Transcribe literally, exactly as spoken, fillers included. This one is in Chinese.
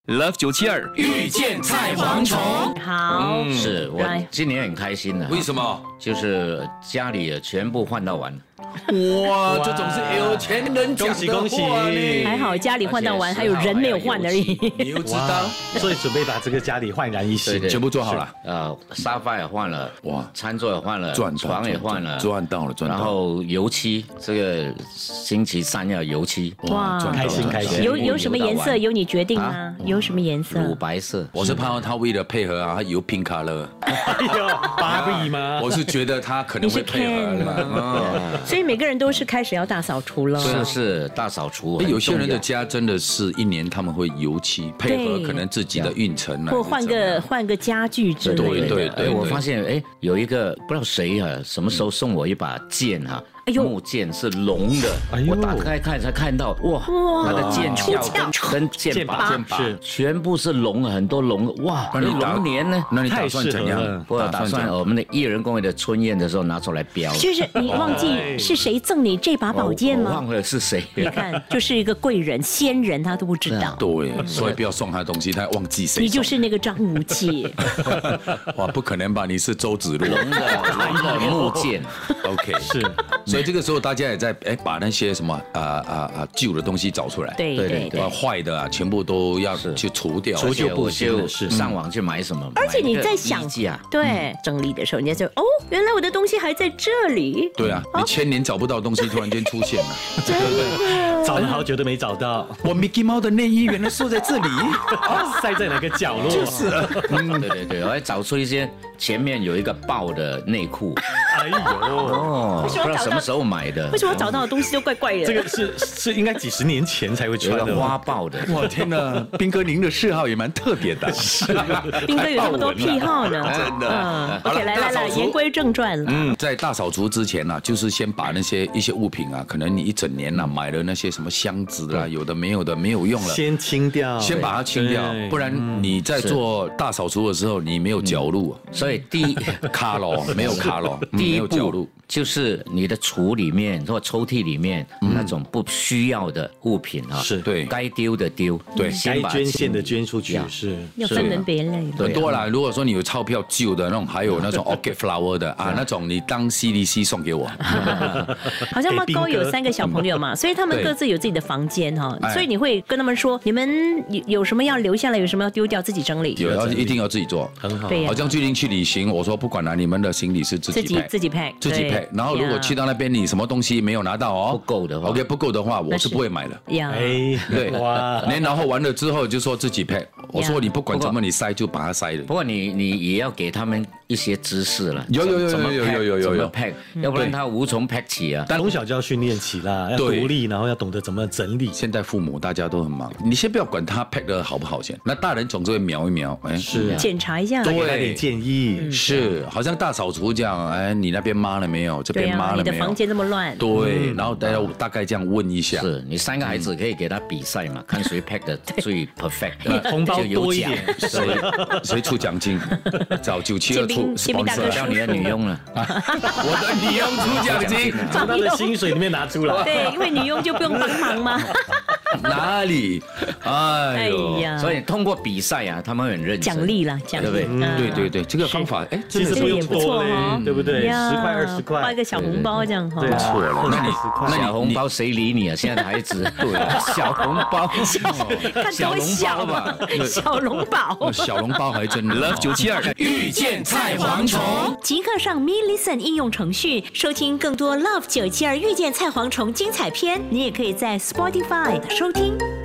Love 九七二遇见菜蝗虫。 好， 嗯、是我来今年很开心的。 为什么？ 就是家里全部换到完。 哇，这种是有钱人讲的话呢。 恭喜恭喜！ 还好家里换到完，还有人没有换而已。 你又知道， 所以准备把这个家里焕然一新， 全部做好了。 呃，沙发也换了，哇，餐桌也换了， 赚床也换了， 赚到了，赚到了。 然后油漆，这个星期三要油漆， 哇， 开心开心。 有有什么颜色由你决定吗？有什么颜色？ 乳白色。 我是怕他为了配合啊，他油 pink color。 哎呦，芭比吗？ 我是觉得他可能会配合的。所以每个人都是开始要大扫除了。 是是，大扫除。 有些人的家真的是一年他们会油漆，配合可能自己的运程啊， 或换个换个家具之类的。 对对对， 我发现哎，有一个不知道谁啊，什么时候送我一把剑哈。木剑是龙的，哎、我打开看才看到，哇，它的剑鞘跟剑把剑把全部是龙，很多龙，哇，那龙年呢？ 那你打算怎样？ 我打算我们的艺人公会的春宴的时候拿出来标。 就是你忘记是谁赠你这把宝剑吗？ 我忘了是谁。 你看，就是一个贵人、仙人，他都不知道。 对，所以不要送他东西，他忘记谁。 你就是那个张无忌。 哇，不可能吧？你是周芷若。 龙的龙的木剑 ，OK， 是。 所以这个时候大家也在哎把那些什么啊啊啊旧的东西找出来， 对对对， 坏的啊全部都要去除掉， 除旧布新的是上网去买什么， 而且你在想对整理的时候，你就哦，原来我的东西还在这里。 对啊，你千年找不到东西，突然间出现了， 真的找了好久都没找到。 我 Mickey 猫的内衣原来缩在这里， 塞在哪个角落？ 就是， 嗯，对对对，我还找出一些前面有一个豹的内裤。 哎呦， 哦，不知道什么时候买的。 为什么我找到的东西都怪怪的？ 这个是是应该几十年前才会穿的。 花豹的， 哇天哪！彬哥，您的嗜好也蛮特别的。是， 彬哥有这么多癖好呢， 真的。 嗯 ，OK， 来来来，言归正传了。 嗯，在大扫除之前呢，就是先把那些一些物品啊，可能你一整年呐买了那些什么箱子啊，有的没有的没有用了， 先清掉， 先把它清掉，不然你在做大扫除的时候你没有角路， 所以第一卡咯没有卡咯， 第一步就是你的橱里面或抽屉里面那种不需要的物品啊， 是对， 该丢的丢， 对， 该捐献的捐出去，是要分门别类， 很多啦。如果说你有钞票旧的那种，还有那种 orchid flower 的啊，那种你当 C D C 送给我。 好像猫高有三个小朋友嘛，所以他们各自有自己的房间哈，所以你会跟他们说，你们有有什么要留下来，有什么要丢掉，自己整理。 有，要一定要自己做， 很好。 对， 好像最近去旅行，我说不管了，你们的行李是自己 pack， 自己 pack， 自己 pack。然后如果去到那边你什么东西没有拿到哦， 不够的话 ，OK 不够的话，我是不会买的。 呀， 哎， 对，哇，然后完了之后就说自己 pack， 我说你不管怎么你塞就把它塞了。 不过你你也要给他们一些知识了， 有有有有有有有有有 pack， 要不然他无从 pack 起啊。 但从小就要训练起啦，要独立，然后要懂得怎么整理。 现在父母大家都很忙，你先不要管他 pack 的好不好先，那大人总是会瞄一瞄，哎， 是检查一下， 给他点建议， 是，好像大扫除这样，哎，你那边抹了没有？这边抹了没有？ 你的房间这么乱， 对，然后大家大概这样问一下。 是你三个孩子可以给他比赛嘛，看谁 pack 的最 perfect， 红包多一点， 谁谁出奖金，找九七二出 sponsor， 叫你的女佣了， 我的女佣出奖金， 从他的薪水里面拿出来。 对，因为女佣就不用帮忙嘛。 哪里？哎呀， 所以通过比赛啊，他们很认真， 奖励啦，奖励， 对不对？对对对，这个方法，哎， 其实不用多嘞，对不对？十块二十块， 发一个小红包这样哈， 对，错了。 那你那小红包谁理你啊？现在的孩子，对，小红包， 看多小吧，小笼包， 小笼包还真 Love 九七二遇见菜蝗虫， 即刻上 Me Listen 应用程序收听更多 Love 九七二遇见菜蝗虫精彩片，你也可以在 Spotify 收听。